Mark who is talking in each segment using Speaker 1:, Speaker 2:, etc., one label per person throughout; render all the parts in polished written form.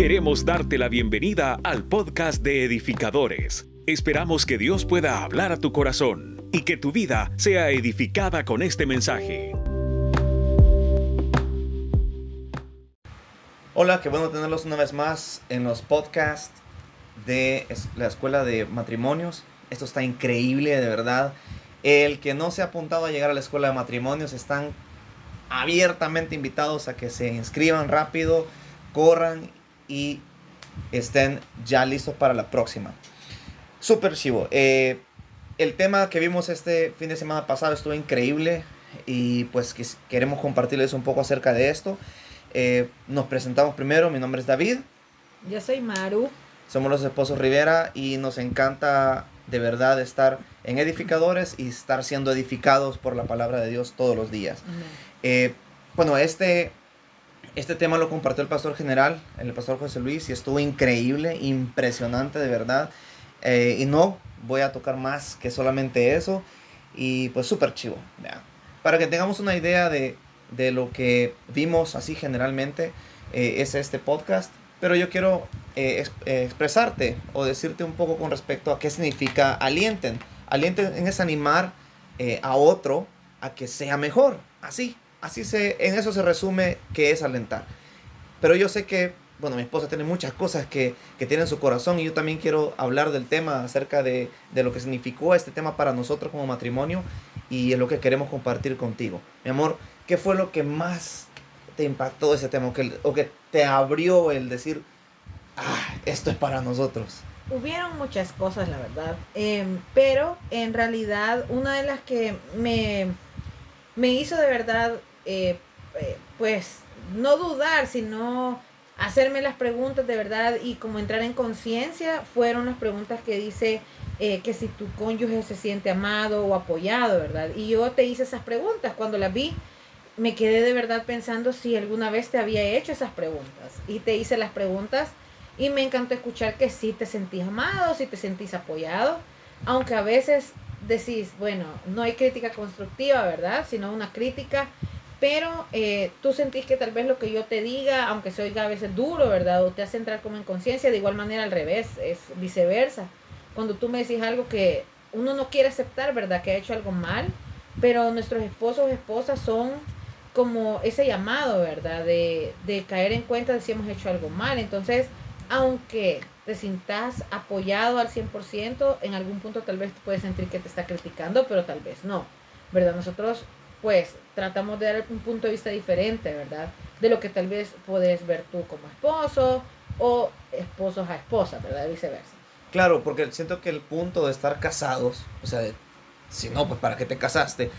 Speaker 1: Queremos darte la bienvenida al podcast de Edificadores. Esperamos que Dios pueda hablar a tu corazón y que tu vida sea edificada con este mensaje.
Speaker 2: Hola, qué bueno tenerlos una vez más en los podcasts de la Escuela de Matrimonios. Esto está increíble, de verdad. El que no se ha apuntado a llegar a la Escuela de Matrimonios están abiertamente invitados a que se inscriban rápido, corran y estén ya listos para la próxima. Súper chivo. El tema que vimos este fin de semana pasado estuvo increíble y pues queremos compartirles un poco acerca de esto. Nos presentamos primero. Mi nombre es David.
Speaker 3: Yo soy Maru.
Speaker 2: Somos los esposos Rivera y nos encanta de verdad estar en Edificadores y estar siendo edificados por la palabra de Dios todos los días. Bueno, este tema lo compartió el pastor general, el pastor José Luis, y estuvo increíble, impresionante de verdad. Y no voy a tocar más que solamente eso. Y pues súper chivo, ¿ya? Para que tengamos una idea de lo que vimos así generalmente, es este podcast. Pero yo quiero expresarte o decirte un poco con respecto a qué significa alienten. Alienten es animar a otro a que sea mejor. En eso se resume qué es alentar. Pero yo sé que, bueno, mi esposa tiene muchas cosas que tiene en su corazón y yo también quiero hablar del tema acerca de lo que significó este tema para nosotros como matrimonio y es lo que queremos compartir contigo. Mi amor, ¿qué fue lo que más te impactó de ese tema o que te abrió el decir, esto es para nosotros?
Speaker 3: Hubieron muchas cosas, la verdad, pero en realidad una de las que me hizo de verdad, pues no dudar, sino hacerme las preguntas de verdad y como entrar en conciencia, fueron las preguntas que dice que si tu cónyuge se siente amado o apoyado, ¿verdad? Y yo te hice esas preguntas. Cuando las vi, me quedé de verdad pensando si alguna vez te había hecho esas preguntas. Y te hice las preguntas y me encantó escuchar que sí te sentís amado, sí te sentís apoyado, aunque a veces decís, bueno, no hay crítica constructiva, ¿verdad? Sino una crítica, pero tú sentís que tal vez lo que yo te diga, aunque se oiga a veces duro, ¿verdad? O te hace entrar como en conciencia, de igual manera al revés, es viceversa. Cuando tú me decís algo que uno no quiere aceptar, ¿verdad? Que ha hecho algo mal, pero nuestros esposos o esposas son como ese llamado, ¿verdad? De caer en cuenta de si hemos hecho algo mal. Entonces, aunque te sientas apoyado al 100%, en algún punto tal vez puedes sentir que te está criticando, pero tal vez no, ¿verdad? Nosotros pues tratamos de dar un punto de vista diferente, ¿verdad? De lo que tal vez puedes ver tú como esposo o esposos a esposa, ¿verdad? Y viceversa.
Speaker 2: Claro, porque siento que el punto de estar casados, o sea, si no, pues ¿para qué te casaste?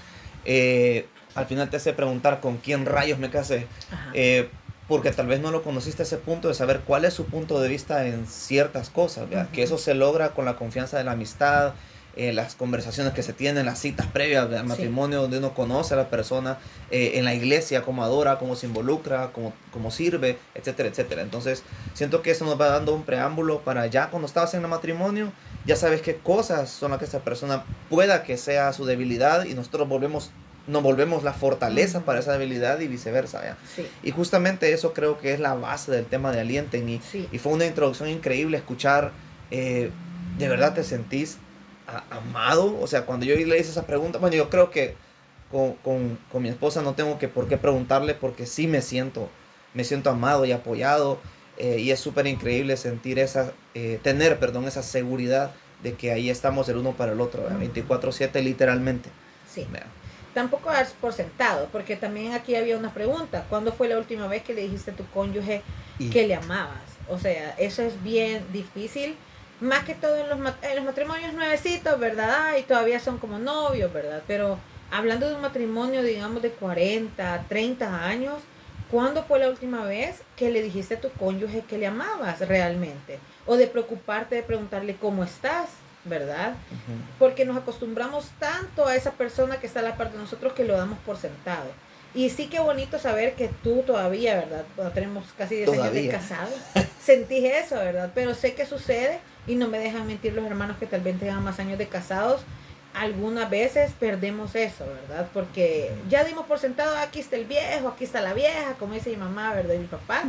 Speaker 2: Al final te hace preguntar con quién rayos me casé. Porque tal vez no lo conociste a ese punto de saber cuál es su punto de vista en ciertas cosas, ¿verdad? Que eso se logra con la confianza de la amistad, las conversaciones que se tienen, las citas previas al matrimonio, donde uno conoce a la persona, en la iglesia, cómo adora, cómo se involucra, cómo sirve, etcétera, etcétera. Entonces, siento que eso nos va dando un preámbulo para ya cuando estás en el matrimonio, ya sabes qué cosas son las que esa persona pueda que sea su debilidad y nosotros nos volvemos la fortaleza para esa debilidad y viceversa, ¿ya?
Speaker 3: Sí.
Speaker 2: Y justamente eso creo que es la base del tema de alienten y fue una introducción increíble escuchar, de verdad te sentís amado. O sea, cuando yo le hice esa pregunta, bueno, yo creo que con mi esposa no tengo por qué preguntarle porque sí me siento amado y apoyado, y es súper increíble sentir tener esa seguridad de que ahí estamos el uno para el otro, 24/7 literalmente.
Speaker 3: Sí. Tampoco das por sentado, porque también aquí había una pregunta. ¿Cuándo fue la última vez que le dijiste a tu cónyuge que le amabas? O sea, eso es bien difícil. Más que todo en los matrimonios nuevecitos, ¿verdad? Y todavía son como novios, ¿verdad? Pero hablando de un matrimonio, digamos, de 40, 30 años, ¿cuándo fue la última vez que le dijiste a tu cónyuge que le amabas realmente? O de preocuparte, de preguntarle cómo estás, ¿verdad? Porque nos acostumbramos tanto a esa persona que está a la par de nosotros que lo damos por sentado. Y sí, qué bonito saber que tú todavía, ¿verdad? Cuando tenemos casi 10 años de casados, sentís eso, ¿verdad? Pero sé que sucede y no me dejan mentir los hermanos que tal vez tengan más años de casados. Algunas veces perdemos eso, ¿verdad? Porque ya dimos por sentado, aquí está el viejo, aquí está la vieja, como dice mi mamá, ¿verdad? Y mi papá.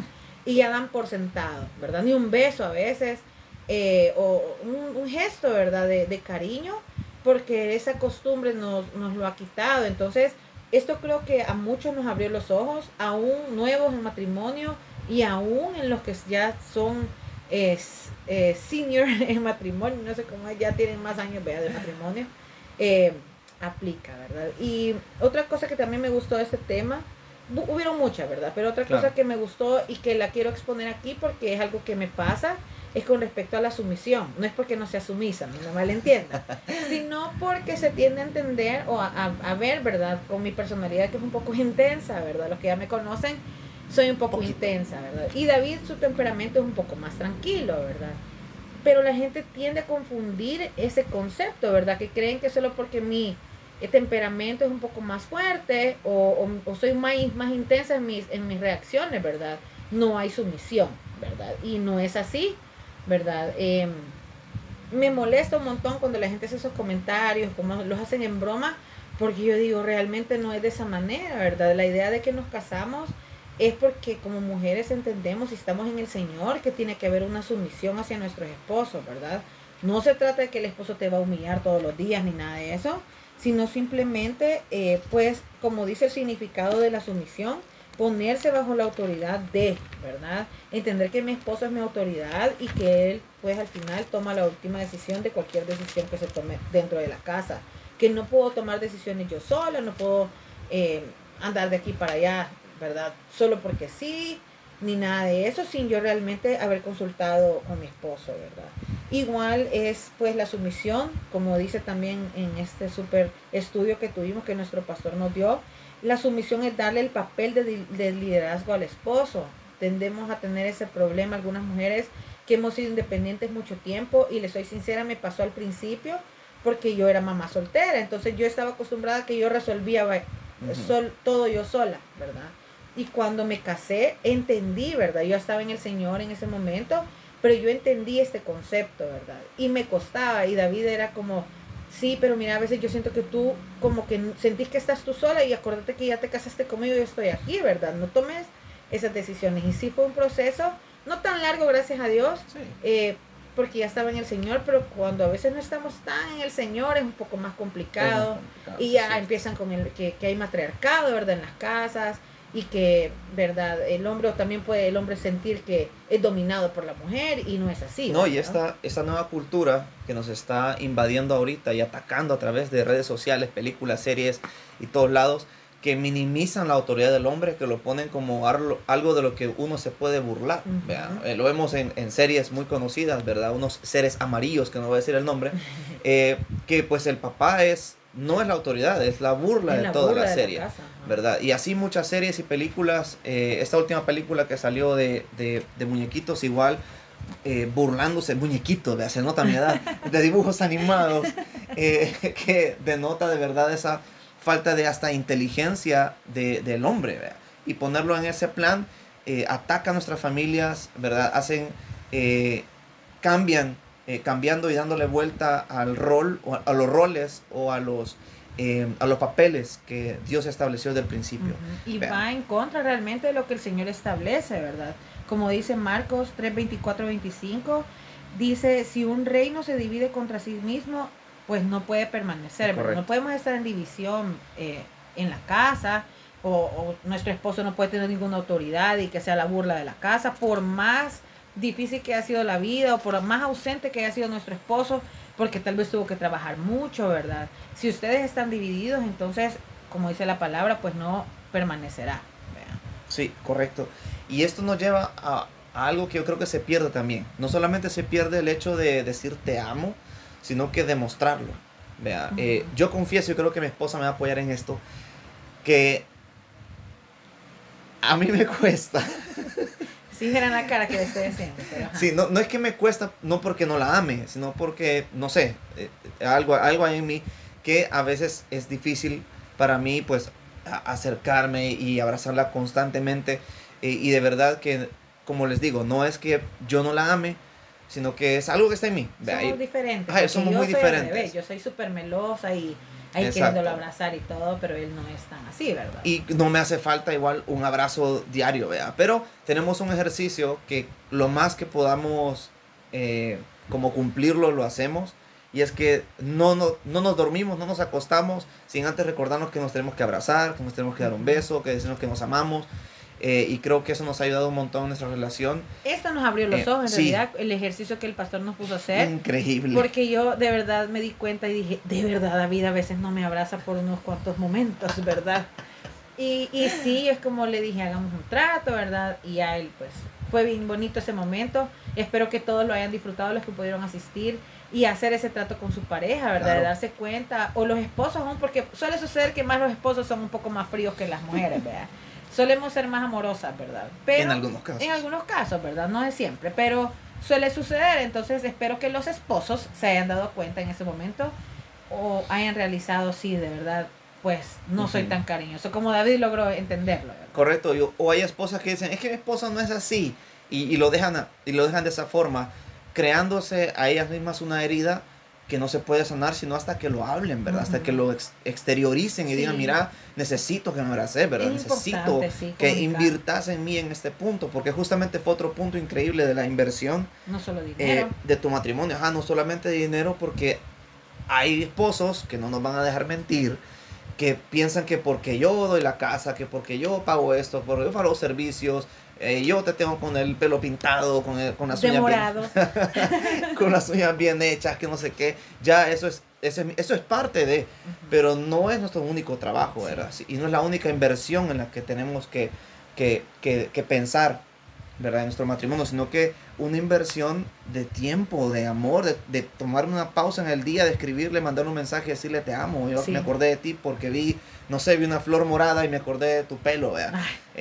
Speaker 3: y ya dan por sentado, ¿verdad? Ni un beso a veces, o un gesto, ¿verdad? De cariño, porque esa costumbre nos lo ha quitado. Entonces, esto creo que a muchos nos abrió los ojos, aún nuevos en matrimonio y aún en los que ya son senior en matrimonio, no sé cómo, ya tienen más años, vea, de matrimonio, aplica, ¿verdad? Y otra cosa que también me gustó de este tema, hubieron muchas, ¿verdad? Pero otra cosa que me gustó y que la quiero exponer aquí porque es algo que me pasa, es con respecto a la sumisión. No es porque no sea sumisa, no me malentienda, sino porque se tiende a entender o a ver, ¿verdad? Con mi personalidad que es un poco intensa, ¿verdad? Los que ya me conocen, soy un poco intensa, ¿verdad? Y David, su temperamento es un poco más tranquilo, ¿verdad? Pero la gente tiende a confundir ese concepto, ¿verdad? Que creen que solo porque mi temperamento es un poco más fuerte o soy más intensa en mis reacciones, ¿verdad? No hay sumisión, ¿verdad? Y no es así, ¿verdad? Me molesta un montón cuando la gente hace esos comentarios, como los hacen en broma, porque yo digo, realmente no es de esa manera, ¿verdad? La idea de que nos casamos es porque como mujeres entendemos y estamos en el Señor que tiene que haber una sumisión hacia nuestros esposos, ¿verdad? No se trata de que el esposo te va a humillar todos los días ni nada de eso, sino simplemente, pues, como dice el significado de la sumisión, ponerse bajo la autoridad de, ¿verdad? Entender que mi esposo es mi autoridad y que él, pues, al final toma la última decisión de cualquier decisión que se tome dentro de la casa. Que no puedo tomar decisiones yo sola, no puedo andar de aquí para allá, ¿verdad? Solo porque sí, ni nada de eso, sin yo realmente haber consultado con mi esposo, ¿verdad? Igual es pues la sumisión, como dice también en este súper estudio que tuvimos que nuestro pastor nos dio, la sumisión es darle el papel de liderazgo al esposo. Tendemos a tener ese problema algunas mujeres que hemos sido independientes mucho tiempo y les soy sincera, me pasó al principio porque yo era mamá soltera, entonces yo estaba acostumbrada a que yo resolvía todo yo sola, ¿verdad? Y cuando me casé, entendí, ¿verdad? Yo estaba en el Señor en ese momento, pero yo entendí este concepto, ¿verdad? Y me costaba, y David era como, sí, pero mira, a veces yo siento que tú como que sentís que estás tú sola y acuérdate que ya te casaste conmigo y yo estoy aquí, ¿verdad? No tomes esas decisiones. Y sí fue un proceso, no tan largo, gracias a Dios, sí. Porque ya estaba en el Señor, pero cuando a veces no estamos tan en el Señor es un poco más complicado, y ya empiezan con que hay matriarcado, ¿verdad? En las casas, y que, ¿verdad? El hombre sentir que es dominado por la mujer y no es así.
Speaker 2: No, y esta nueva cultura que nos está invadiendo ahorita y atacando a través de redes sociales, películas, series y todos lados, que minimizan la autoridad del hombre, que lo ponen como algo de lo que uno se puede burlar. Lo vemos en series muy conocidas, ¿verdad? Unos seres amarillos, que no voy a decir el nombre, que pues el papá no es la autoridad, es la burla de toda la serie, ¿verdad? Y así muchas series y películas, esta última película que salió de muñequitos igual, burlándose, muñequitos, se nota mi edad, de dibujos animados, que denota de verdad esa falta de hasta inteligencia del hombre, ¿verdad? Y ponerlo en ese plan, ataca a nuestras familias, ¿verdad? Hacen, cambiando y dándole vuelta al rol, o a los roles, o a los papeles que Dios estableció desde el principio.
Speaker 3: Y va en contra realmente de lo que el Señor establece, ¿verdad? Como dice Marcos 3, 24, 25, dice, si un reino se divide contra sí mismo, pues no puede permanecer, ¿verdad? No podemos estar en división en la casa, o nuestro esposo no puede tener ninguna autoridad y que sea la burla de la casa, por más difícil que haya sido la vida o por más ausente que haya sido nuestro esposo, porque tal vez tuvo que trabajar mucho, ¿verdad? Si ustedes están divididos, entonces, como dice la palabra, pues no permanecerá, ¿verdad?
Speaker 2: Sí, correcto. Y esto nos lleva a algo que yo creo que se pierde también. No solamente se pierde el hecho de decir te amo, sino que demostrarlo. Vea, yo confieso, y creo que mi esposa me va a apoyar en esto, que a mí me cuesta.
Speaker 3: Sí, era la cara que le estoy haciendo. Pero,
Speaker 2: sí, no es que me cuesta, no porque no la ame, sino porque, no sé, algo hay en mí que a veces es difícil para mí, pues, acercarme y abrazarla constantemente. Y de verdad que, como les digo, no es que yo no la ame, sino que es algo que está en mí.
Speaker 3: Somos diferentes.
Speaker 2: Somos muy diferentes.
Speaker 3: Yo soy súper melosa y ahí
Speaker 2: Exacto.
Speaker 3: queriéndolo abrazar y todo, pero él no es tan así, ¿verdad?
Speaker 2: Y no me hace falta igual un abrazo diario, ¿verdad? Pero tenemos un ejercicio que lo más que podamos como cumplirlo, lo hacemos. Y es que no nos dormimos, no nos acostamos sin antes recordarnos que nos tenemos que abrazar, que nos tenemos que dar un beso, que decirnos que nos amamos. Y creo que eso nos ha ayudado un montón en nuestra relación.
Speaker 3: Esto nos abrió los ojos, en
Speaker 2: sí.
Speaker 3: realidad, el ejercicio que el pastor nos puso a hacer.
Speaker 2: Increíble.
Speaker 3: Porque yo de verdad me di cuenta y dije, de verdad David a veces no me abraza por unos cuantos momentos, ¿verdad? Y sí, es como le dije, hagamos un trato, ¿verdad? Y a él, pues, fue bien bonito ese momento. Espero que todos lo hayan disfrutado, los que pudieron asistir, y hacer ese trato con su pareja, ¿verdad?
Speaker 2: Claro.
Speaker 3: De darse cuenta, o los esposos aún, porque suele suceder que más los esposos son un poco más fríos que las mujeres, ¿verdad? Solemos ser más amorosas, ¿verdad? Pero,
Speaker 2: en algunos casos.
Speaker 3: En algunos casos, ¿verdad? No es siempre, pero suele suceder. Entonces espero que los esposos se hayan dado cuenta en ese momento o hayan realizado, sí, de verdad, pues no soy tan cariñoso, como David logró entenderlo, ¿verdad?
Speaker 2: Correcto. O hay esposas que dicen, es que mi esposa no es así. Y lo dejan de esa forma, creándose a ellas mismas una herida que no se puede sanar sino hasta que lo hablen, ¿verdad? Hasta que lo exterioricen y digan, mira, necesito que me abraces, ¿verdad?
Speaker 3: Es
Speaker 2: Necesito que inviertas en mí en este punto, porque justamente fue otro punto increíble de la inversión.
Speaker 3: No solo dinero.
Speaker 2: De tu matrimonio, no solamente de dinero, porque hay esposos que no nos van a dejar mentir, que piensan que porque yo doy la casa, que porque yo pago esto, porque yo pago los servicios, yo te tengo con el pelo pintado, con las uñas bien, con las uñas bien hechas, que no sé qué, ya eso es parte de, pero no es nuestro único trabajo, ¿verdad? Y no es la única inversión en la que tenemos que pensar, ¿verdad? En nuestro matrimonio, sino que una inversión de tiempo, de amor, de tomar una pausa en el día, de escribirle, mandar un mensaje y decirle te amo. Yo me acordé de ti porque vi una flor morada y me acordé de tu pelo, ¿verdad?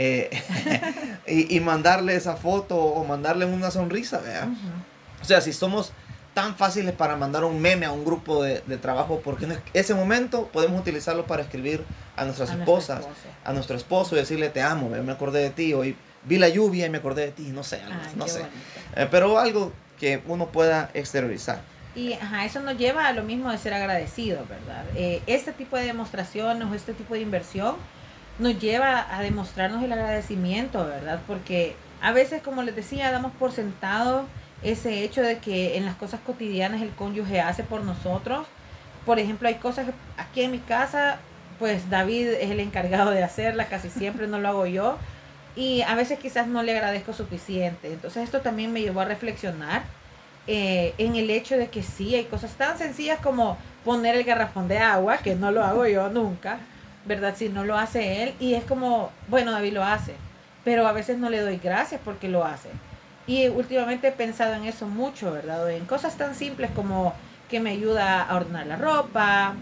Speaker 2: Y mandarle esa foto o mandarle una sonrisa, ¿verdad? O sea, si somos tan fáciles para mandar un meme a un grupo de trabajo, porque en ese momento podemos utilizarlo para escribir a nuestras esposas, a nuestro esposo y decirle te amo, me acordé de ti, hoy vi la lluvia y me acordé de ti, no sé, no sé. Pero algo que uno pueda exteriorizar.
Speaker 3: Y eso nos lleva a lo mismo de ser agradecidos, ¿verdad? Este tipo de demostraciones o este tipo de inversión nos lleva a demostrarnos el agradecimiento, ¿verdad? Porque a veces, como les decía, damos por sentado ese hecho de que en las cosas cotidianas el cónyuge hace por nosotros. Por ejemplo, hay cosas que aquí en mi casa, pues David es el encargado de hacerlas, casi siempre no lo hago yo. Y a veces quizás no le agradezco suficiente. Entonces esto también me llevó a reflexionar en el hecho de que sí, hay cosas tan sencillas como poner el garrafón de agua, que no lo hago yo nunca, ¿verdad? Si no lo hace él. Y es como, bueno, David lo hace, pero a veces no le doy gracias porque lo hace. Y últimamente he pensado en eso mucho, ¿verdad? En cosas tan simples como que me ayuda a ordenar la ropa,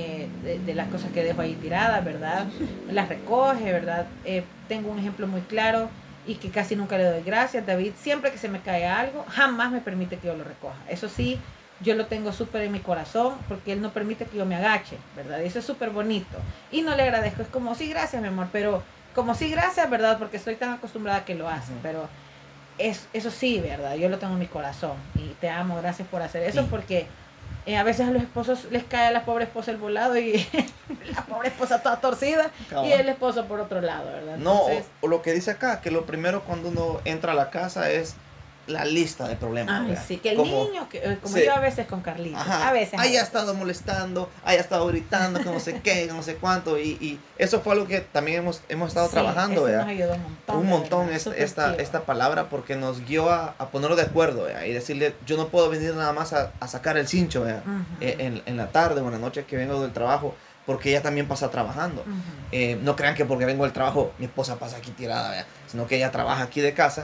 Speaker 3: de las cosas que dejo ahí tiradas, ¿verdad? Las recoge, ¿verdad? Tengo un ejemplo muy claro y que casi nunca le doy gracias. David, siempre que se me cae algo, jamás me permite que yo lo recoja. Eso sí, yo lo tengo súper en mi corazón porque él no permite que yo me agache, ¿verdad? Y eso es súper bonito. Y no le agradezco, es como, sí, gracias, mi amor, pero como sí, gracias, ¿verdad? Porque estoy tan acostumbrada a que lo hace, pero eso sí, ¿verdad? Yo lo tengo en mi corazón y te amo, gracias por hacer eso, porque a veces a los esposos les cae a la pobre esposa el volado y la pobre esposa toda torcida y el esposo por otro lado, ¿verdad? Entonces,
Speaker 2: o lo que dice acá, que lo primero cuando uno entra a la casa es la lista de problemas.
Speaker 3: Ay, sí, que el niño, como
Speaker 2: sí,
Speaker 3: yo a veces con Carlitos, a veces.
Speaker 2: Haya estado molestando, haya estado gritando, que no sé qué, que no sé cuánto, y eso fue algo que también hemos estado trabajando,
Speaker 3: eso nos ayudó
Speaker 2: un montón esta palabra, porque nos guió a ponerlo de acuerdo, y decirle, yo no puedo venir nada más a sacar el cincho, en la tarde o en la noche que vengo del trabajo, porque ella también pasa trabajando. No crean que porque vengo del trabajo mi esposa pasa aquí tirada, sino que ella trabaja aquí de casa.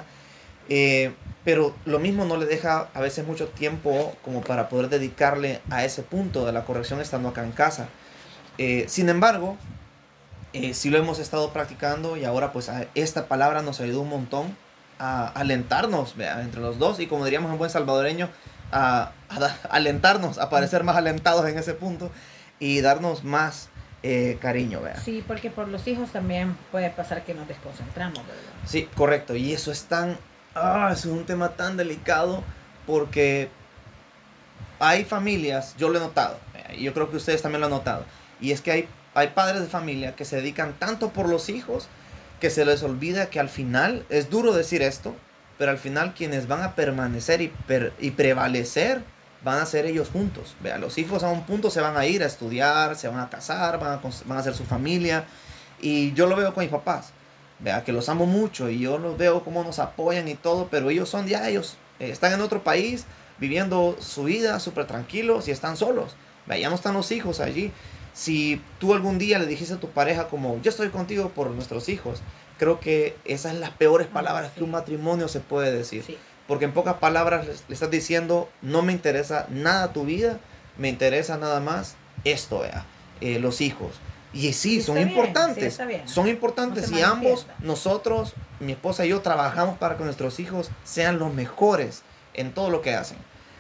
Speaker 2: Pero lo mismo no le deja a veces mucho tiempo como para poder dedicarle a ese punto de la corrección estando acá en casa. Sin embargo, sí lo hemos estado practicando y ahora pues esta palabra nos ayudó un montón a alentarnos, entre los dos, y como diríamos en buen salvadoreño, a alentarnos, a parecer más alentados en ese punto y darnos más cariño, ¿verdad?
Speaker 3: Sí, porque por los hijos también puede pasar que nos desconcentramos, ¿verdad?
Speaker 2: Sí, correcto, y eso es es un tema tan delicado porque hay familias, yo lo he notado, y yo creo que ustedes también lo han notado, Y es que hay padres de familia que se dedican tanto por los hijos que se les olvida que al final, es duro decir esto, pero al final quienes van a permanecer y prevalecer van a ser ellos juntos. Vea, los hijos a un punto se van a ir a estudiar, se van a casar, van a hacer su familia. Y yo lo veo con mis papás. Vea, que los amo mucho y yo los veo cómo nos apoyan y todo, pero ellos están en otro país viviendo su vida súper tranquilos y están solos. Vea, ya no están los hijos allí. Si tú algún día le dijiste a tu pareja como, yo estoy contigo por nuestros hijos, creo que esas son las peores palabras que un matrimonio se puede decir. Sí. Porque en pocas palabras le estás diciendo, no me interesa nada tu vida, me interesa nada más esto, los hijos. Y sí, son importantes, son importantes y ambos, nosotros, mi esposa y yo, trabajamos para que nuestros hijos sean los mejores en todo lo que hacen.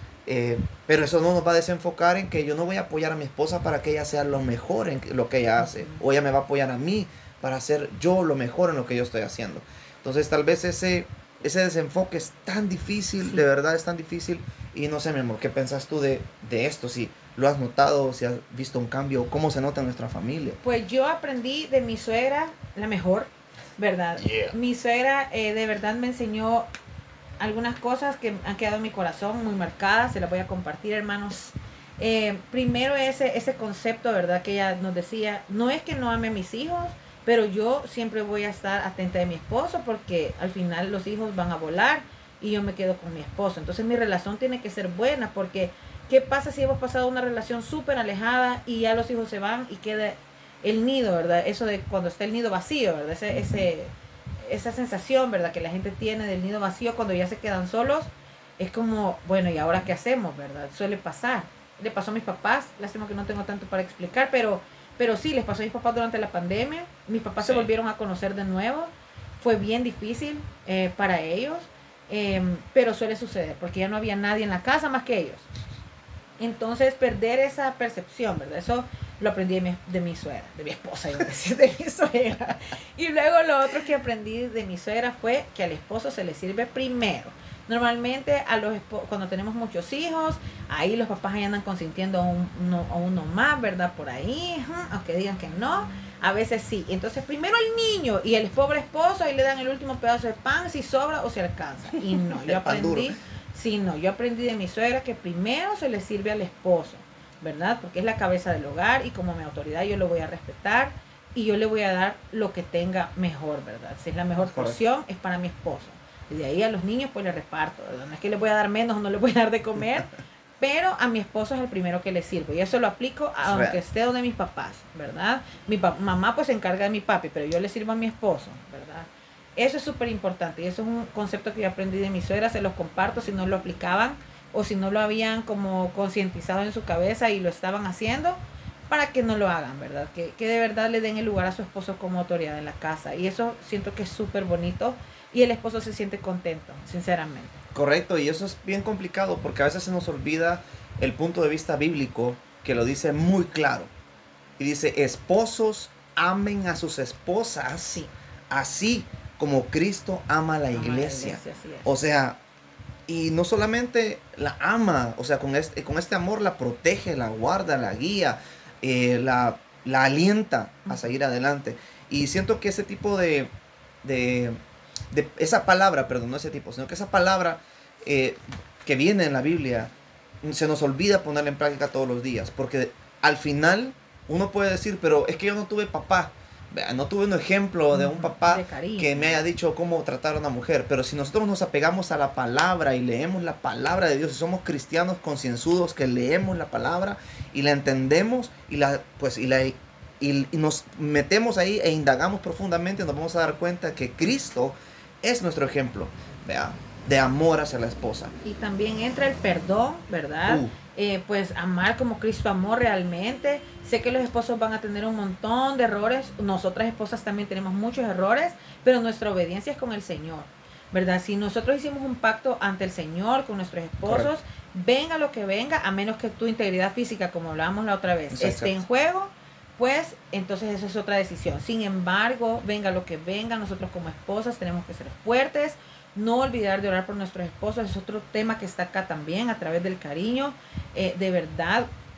Speaker 2: Pero eso no nos va a desenfocar en que yo no voy a apoyar a mi esposa para que ella sea lo mejor en lo que ella hace, o ella me va a apoyar a mí para hacer yo lo mejor en lo que yo estoy haciendo. Entonces tal vez ese desenfoque es tan difícil, sí. De verdad es tan difícil. Y no sé, mi amor, ¿qué piensas tú de esto? Si lo has notado, si has visto un cambio, ¿cómo se nota en nuestra familia?
Speaker 3: Pues yo aprendí de mi suegra, la mejor, ¿verdad? Yeah. Mi suegra de verdad me enseñó algunas cosas que han quedado en mi corazón muy marcadas, se las voy a compartir, hermanos. Primero ese concepto, ¿verdad? Que ella nos decía, no es que no ame a mis hijos, pero yo siempre voy a estar atenta de mi esposo porque al final los hijos van a volar y yo me quedo con mi esposo. Entonces mi relación tiene que ser buena porque ¿qué pasa si hemos pasado una relación súper alejada y ya los hijos se van y queda el nido, ¿verdad? Eso de cuando está el nido vacío, ¿verdad? Esa sensación, ¿verdad? Que la gente tiene del nido vacío cuando ya se quedan solos. Es como, bueno, ¿y ahora qué hacemos, verdad? Suele pasar. Le pasó a mis papás. Lástima que no tengo tanto para explicar, pero sí, les pasó a mis papás durante la pandemia. Mis papás se volvieron a conocer de nuevo. Fue bien difícil para ellos. Pero suele suceder porque ya no había nadie en la casa más que ellos. Entonces perder esa percepción, ¿verdad? Eso lo aprendí de mi suegra, de mi esposa, iba a decir, de mi suegra. Y luego lo otro que aprendí de mi suegra fue que al esposo se le sirve primero. Normalmente cuando tenemos muchos hijos, ahí los papás ahí andan consintiendo a uno más, ¿verdad? Por ahí, aunque digan que no, a veces sí. Entonces primero el niño y el pobre esposo, ahí le dan el último pedazo de pan, si sobra o si alcanza. Y no, yo aprendí de mi suegra que primero se le sirve al esposo, ¿verdad? Porque es la cabeza del hogar y como mi autoridad yo lo voy a respetar y yo le voy a dar lo que tenga mejor, ¿verdad? Si es la mejor porción, es para mi esposo. Y de ahí a los niños pues le reparto, ¿verdad? No es que le voy a dar menos o no le voy a dar de comer, pero a mi esposo es el primero que le sirvo. Y eso lo aplico aunque esté donde mis papás, ¿verdad? Mi mamá pues se encarga de mi papi, pero yo le sirvo a mi esposo, ¿verdad? Eso es súper importante y eso es un concepto que yo aprendí de mi suegra, se los comparto si no lo aplicaban o si no lo habían como concientizado en su cabeza y lo estaban haciendo, para que no lo hagan, ¿verdad? Que de verdad le den el lugar a su esposo como autoridad en la casa. Y eso siento que es súper bonito y el esposo se siente contento, sinceramente.
Speaker 2: Correcto, y eso es bien complicado porque a veces se nos olvida el punto de vista bíblico que lo dice muy claro. Y dice, esposos amen a sus esposas, sí, así como Cristo ama a la iglesia. O sea, y no solamente la ama, o sea, con este amor la protege, la guarda, la guía, la alienta a seguir adelante. Y siento que ese tipo esa palabra, perdón, no ese tipo, sino que esa palabra que viene en la Biblia, se nos olvida ponerla en práctica todos los días, porque al final uno puede decir, pero es que yo no tuve papá, no tuve un ejemplo de un papá que me haya dicho cómo tratar a una mujer. Pero si nosotros nos apegamos a la palabra y leemos la palabra de Dios, y somos cristianos concienzudos que leemos la palabra y la entendemos y nos metemos ahí e indagamos profundamente, nos vamos a dar cuenta que Cristo es nuestro ejemplo, ¿vea?, de amor hacia la esposa.
Speaker 3: Y también entra el perdón, ¿verdad? Pues amar como Cristo amó realmente. Sé que los esposos van a tener un montón de errores. Nosotras esposas también tenemos muchos errores, pero nuestra obediencia es con el Señor, ¿verdad? Si nosotros hicimos un pacto ante el Señor con nuestros esposos, correcto, venga lo que venga, a menos que tu integridad física, como hablábamos la otra vez, esté en juego, pues entonces eso es otra decisión. Sin embargo, venga lo que venga, nosotros como esposas tenemos que ser fuertes. No olvidar de orar por nuestros esposos, es otro tema que está acá también a través del cariño. De verdad,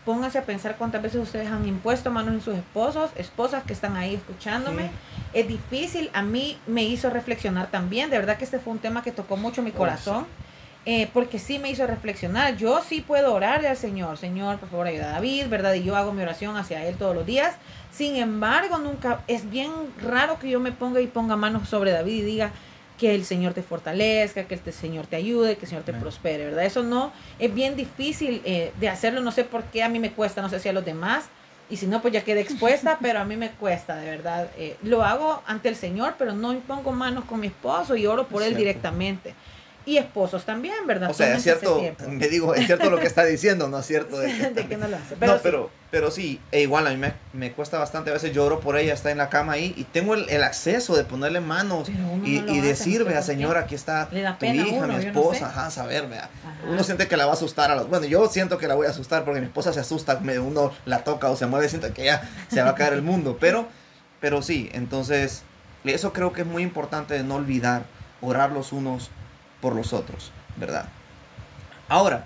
Speaker 3: pónganse a pensar cuántas veces ustedes han impuesto manos en sus esposos, esposas que están ahí escuchándome. Sí. Es difícil, a mí me hizo reflexionar también, de verdad que este fue un tema que tocó mucho mi corazón, porque sí me hizo reflexionar. Yo sí puedo orarle al Señor, Señor, por favor ayuda a David, ¿verdad? Y yo hago mi oración hacia él todos los días. Sin embargo, nunca, es bien raro que yo me ponga manos sobre David y diga que el Señor te fortalezca, que el Señor te ayude, que el Señor te prospere, ¿verdad? Eso no, es bien difícil de hacerlo, no sé por qué a mí me cuesta, no sé si a los demás, y si no, pues ya quedé expuesta, pero a mí me cuesta, de verdad. Lo hago ante el Señor, pero no pongo manos con mi esposo y oro por él directamente. Y esposos también, ¿verdad?
Speaker 2: O sea, es cierto, es cierto lo que está diciendo, ¿no es cierto?
Speaker 3: De que no lo hace.
Speaker 2: Pero sí, igual a mí me cuesta bastante, a veces yo oro por ella, está en la cama ahí, y tengo el acceso de ponerle manos y decir, vea, Señor, aquí está tu hija, mi esposa, ajá, saber, vea. Uno siente que la va a asustar bueno, yo siento que la voy a asustar porque mi esposa se asusta, uno la toca o se mueve, siento que ya se va a caer el mundo, pero sí, entonces, eso creo que es muy importante de no olvidar, orar los unos por los otros, ¿verdad? Ahora,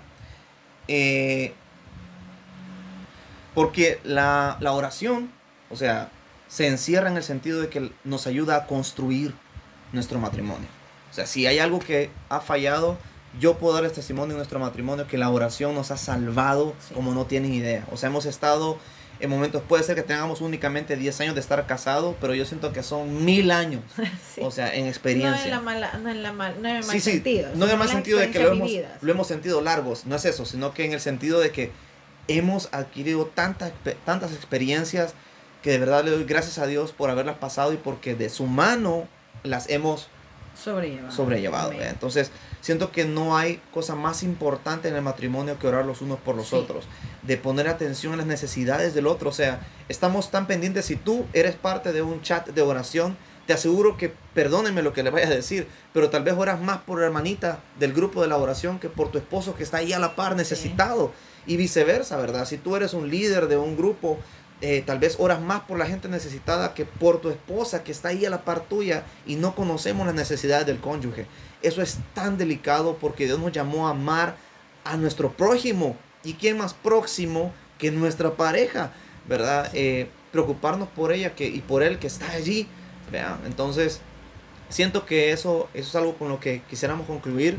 Speaker 2: porque la oración, o sea, se encierra en el sentido de que nos ayuda a construir nuestro matrimonio. O sea, si hay algo que ha fallado, yo puedo dar testimonio en nuestro matrimonio que la oración nos ha salvado como no tienen idea. O sea, hemos estado en momentos, puede ser que tengamos únicamente 10 años de estar casados, pero yo siento que son 1000 años, o sea, en experiencia.
Speaker 3: No en mal sentido.
Speaker 2: No en el mal sentido de que lo hemos sentido largos, no es eso, sino que en el sentido de que hemos adquirido tantas experiencias que de verdad le doy gracias a Dios por haberlas pasado y porque de su mano las hemos sobrellevado. Entonces, siento que no hay cosa más importante en el matrimonio que orar los unos por los otros, de poner atención a las necesidades del otro. O sea, estamos tan pendientes. Si tú eres parte de un chat de oración, te aseguro que, perdónenme lo que le vaya a decir, pero tal vez oras más por la hermanita del grupo de la oración que por tu esposo que está ahí a la par necesitado, y viceversa, ¿verdad? Si tú eres un líder de un grupo, tal vez oras más por la gente necesitada que por tu esposa que está ahí a la par tuya, y no conocemos las necesidades del cónyuge. Eso es tan delicado porque Dios nos llamó a amar a nuestro prójimo. ¿Y quién más próximo que nuestra pareja? ¿Verdad? Preocuparnos por ella y por él que está allí. ¿Vean? Entonces, siento que eso es algo con lo que quisiéramos concluir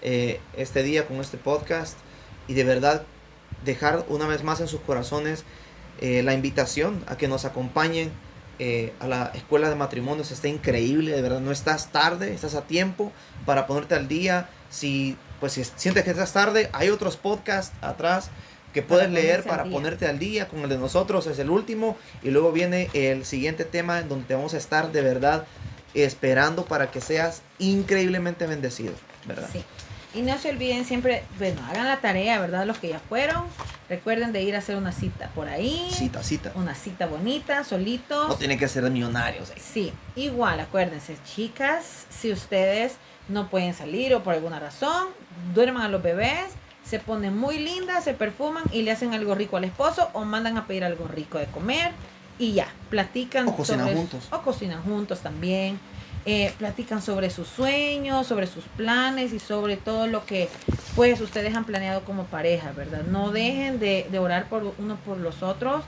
Speaker 2: este día con este podcast. Y de verdad dejar una vez más en sus corazones la invitación a que nos acompañen a la escuela de matrimonios. Está increíble, de verdad, no estás tarde, estás a tiempo para ponerte al día. Si sientes que estás tarde, hay otros podcasts atrás que puedes leer para ponerte al día. Con el de nosotros es el último, y luego viene el siguiente tema en donde te vamos a estar de verdad esperando para que seas increíblemente bendecido, ¿verdad?
Speaker 3: Sí. Y no se olviden siempre, hagan la tarea, ¿verdad? Los que ya fueron, recuerden de ir a hacer una cita por ahí.
Speaker 2: Cita.
Speaker 3: Una cita bonita, solitos.
Speaker 2: No tienen que ser de millonarios.
Speaker 3: Sí, igual, acuérdense, chicas, si ustedes no pueden salir o por alguna razón, duerman a los bebés, se ponen muy lindas, se perfuman y le hacen algo rico al esposo o mandan a pedir algo rico de comer y ya, platican.
Speaker 2: O cocinan juntos.
Speaker 3: O cocinan juntos también. Platican sobre sus sueños, sobre sus planes y sobre todo lo que pues ustedes han planeado como pareja, ¿verdad? No dejen de orar por uno por los otros.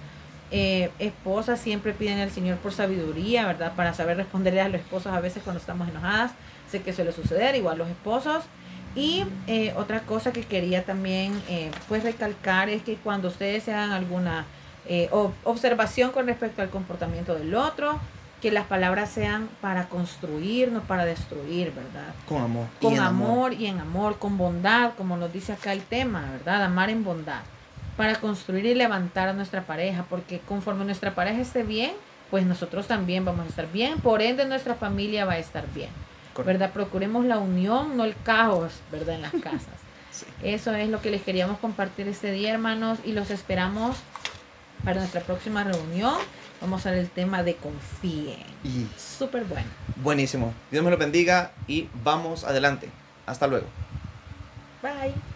Speaker 3: Esposas siempre piden al Señor por sabiduría, ¿verdad? Para saber responderle a los esposos a veces cuando estamos enojadas. Sé que suele suceder, igual los esposos. Y otra cosa que quería también pues recalcar es que cuando ustedes se hagan alguna observación con respecto al comportamiento del otro, que las palabras sean para construir, no para destruir, ¿verdad?
Speaker 2: Con amor.
Speaker 3: Con amor y en amor, con bondad, como nos dice acá el tema, ¿verdad? Amar en bondad, para construir y levantar a nuestra pareja, porque conforme nuestra pareja esté bien, pues nosotros también vamos a estar bien, por ende nuestra familia va a estar bien, ¿verdad? Procuremos la unión, no el caos, ¿verdad? En las casas. Sí. Eso es lo que les queríamos compartir este día, hermanos, y los esperamos para nuestra próxima reunión. Vamos a ver el tema de confíen. Súper bueno.
Speaker 2: Buenísimo. Dios me lo bendiga y vamos adelante. Hasta luego.
Speaker 3: Bye.